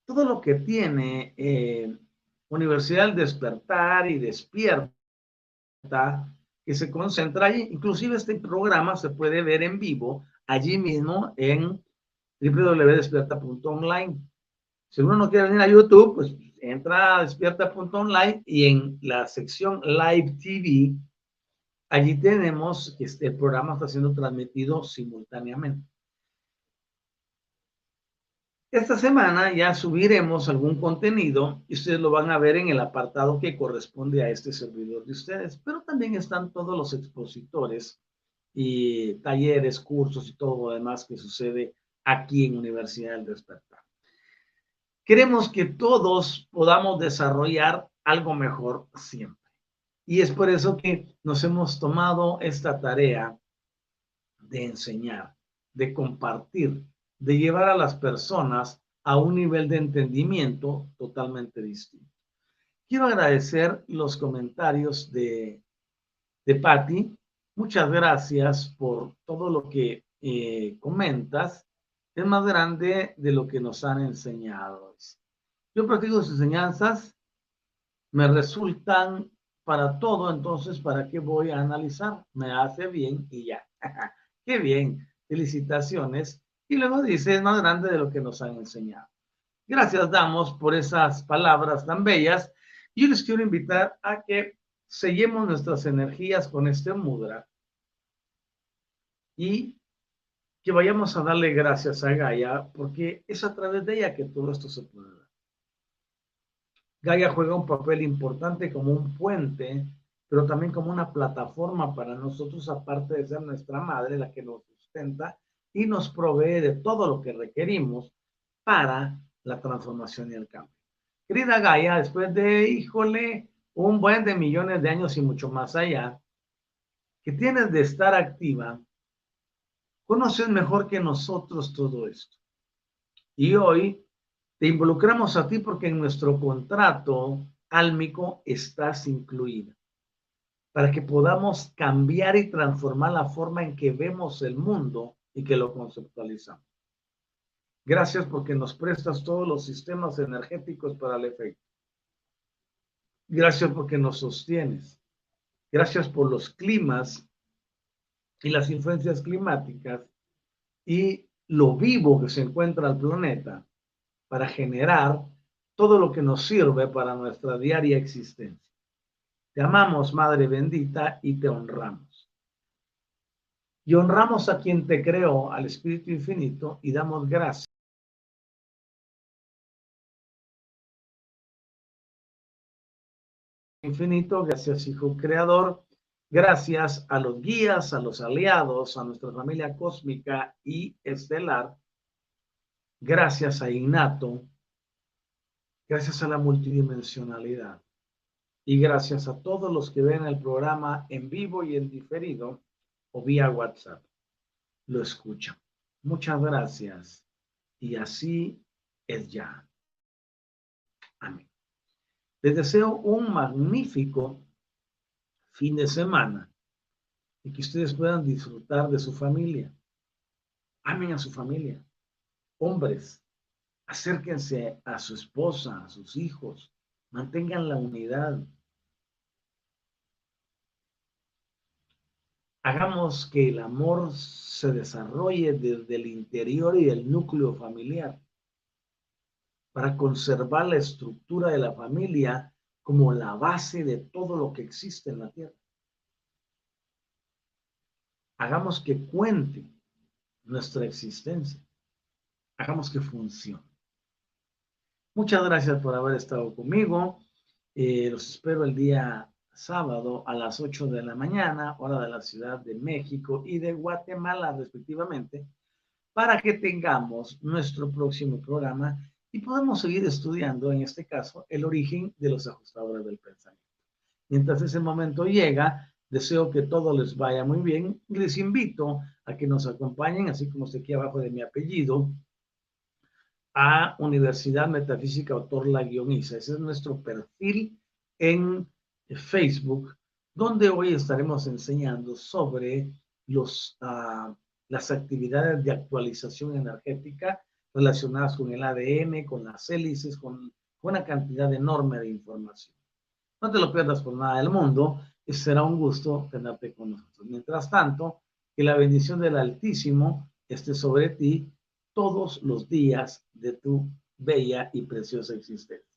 todo lo que tiene Universidad del Despertar y Despierta, que se concentra allí. Inclusive este programa se puede ver en vivo allí mismo en www.despierta.online. Si uno no quiere venir a YouTube, pues entra a despierta.online y en la sección Live TV, allí tenemos que el programa está siendo transmitido simultáneamente. Esta semana ya subiremos algún contenido y ustedes lo van a ver en el apartado que corresponde a este servidor de ustedes, pero también están todos los expositores y talleres, cursos y todo lo demás que sucede aquí en Universidad del Despertar. Queremos que todos podamos desarrollar algo mejor siempre. Y es por eso que nos hemos tomado esta tarea de enseñar, de compartir, de llevar a las personas a un nivel de entendimiento totalmente distinto. Quiero agradecer los comentarios de Patti. Muchas gracias por todo lo que comentas. Es más grande de lo que nos han enseñado. Yo practico sus enseñanzas, me resultan para todo, entonces, ¿para qué voy a analizar? Me hace bien y ya. Qué bien, felicitaciones. Y luego dice, es más grande de lo que nos han enseñado. Gracias damos por esas palabras tan bellas. Y yo les quiero invitar a que sellemos nuestras energías con este mudra y que vayamos a darle gracias a Gaia, porque es a través de ella que todo esto se puede dar. Gaia juega un papel importante como un puente, pero también como una plataforma para nosotros, aparte de ser nuestra madre, la que nos sustenta y nos provee de todo lo que requerimos para la transformación y el cambio. Querida Gaia, después de, híjole, un buen de millones de años y mucho más allá, que tienes de estar activa, conoces mejor que nosotros todo esto. Y hoy te involucramos a ti porque en nuestro contrato álmico estás incluida, para que podamos cambiar y transformar la forma en que vemos el mundo y que lo conceptualizamos. Gracias porque nos prestas todos los sistemas energéticos para el efecto. Gracias porque nos sostienes. Gracias por los climas y las influencias climáticas y lo vivo que se encuentra el planeta para generar todo lo que nos sirve para nuestra diaria existencia. Te amamos, Madre bendita, y te honramos. Y honramos a quien te creó, al Espíritu Infinito, y damos gracias. Infinito, gracias, Hijo Creador, gracias a los guías, a los aliados, a nuestra familia cósmica y estelar, gracias a Innato, gracias a la multidimensionalidad y gracias a todos los que ven el programa en vivo y en diferido o vía WhatsApp. Lo escuchan. Muchas gracias y así es ya. Amén. Les deseo un magnífico fin de semana y que ustedes puedan disfrutar de su familia. Amen a su familia. Hombres, acérquense a su esposa, a sus hijos. Mantengan la unidad. Hagamos que el amor se desarrolle desde el interior y del núcleo familiar para conservar la estructura de la familia como la base de todo lo que existe en la tierra. Hagamos que cuente nuestra existencia. Hagamos que funcione. Muchas gracias por haber estado conmigo. Los espero el día sábado a las 8 de la mañana, hora de la Ciudad de México y de Guatemala, respectivamente, para que tengamos nuestro próximo programa y podamos seguir estudiando, en este caso, el origen de los ajustadores del pensamiento. Mientras ese momento llega, deseo que todo les vaya muy bien y les invito a que nos acompañen, así como está aquí abajo de mi apellido, a Universidad Metafísica Autor La Guioniza. Ese es nuestro perfil en Facebook, donde hoy estaremos enseñando sobre las actividades de actualización energética relacionadas con el ADN, con las hélices, con una cantidad enorme de información. No te lo pierdas por nada del mundo, y será un gusto tenerte con nosotros. Mientras tanto, que la bendición del Altísimo esté sobre ti todos los días de tu bella y preciosa existencia.